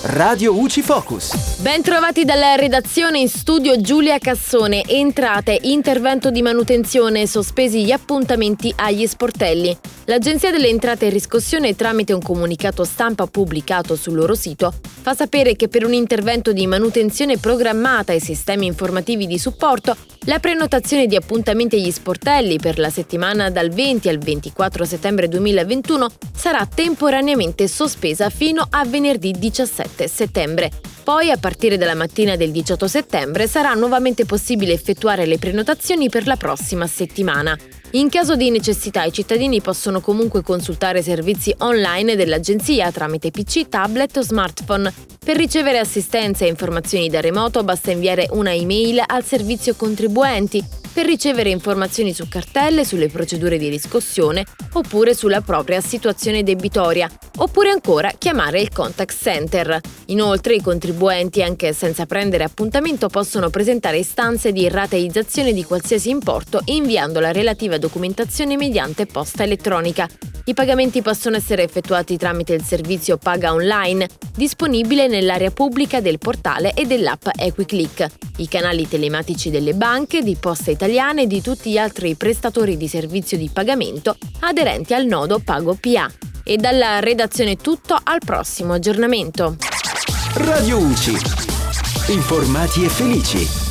Radio UCI Focus. Ben trovati dalla redazione, in studio Giulia Cassone. Entrate, intervento di manutenzione, sospesi gli appuntamenti agli sportelli. L'Agenzia delle Entrate e Riscossione, tramite un comunicato stampa pubblicato sul loro sito, fa sapere che per un intervento di manutenzione programmata ai sistemi informativi di supporto, la prenotazione di appuntamenti agli sportelli per la settimana dal 20 al 24 settembre 2021 sarà temporaneamente sospesa fino a venerdì 17 settembre. Poi, a partire dalla mattina del 18 settembre, sarà nuovamente possibile effettuare le prenotazioni per la prossima settimana. In caso di necessità, i cittadini possono comunque consultare servizi online dell'agenzia tramite PC, tablet o smartphone. Per ricevere assistenza e informazioni da remoto basta inviare una email al servizio contribuenti, per ricevere informazioni su cartelle, sulle procedure di riscossione oppure sulla propria situazione debitoria, oppure ancora chiamare il contact center. Inoltre i contribuenti, anche senza prendere appuntamento, possono presentare istanze di rateizzazione di qualsiasi importo inviando la relativa documentazione mediante posta elettronica. I pagamenti possono essere effettuati tramite il servizio Paga Online, disponibile nell'area pubblica del portale e dell'app EquiClick, i canali telematici delle banche, di Poste Italiane e di tutti gli altri prestatori di servizio di pagamento aderenti al nodo Pago PA. E dalla redazione è tutto, al prossimo aggiornamento. Radio UCI. Informati e felici.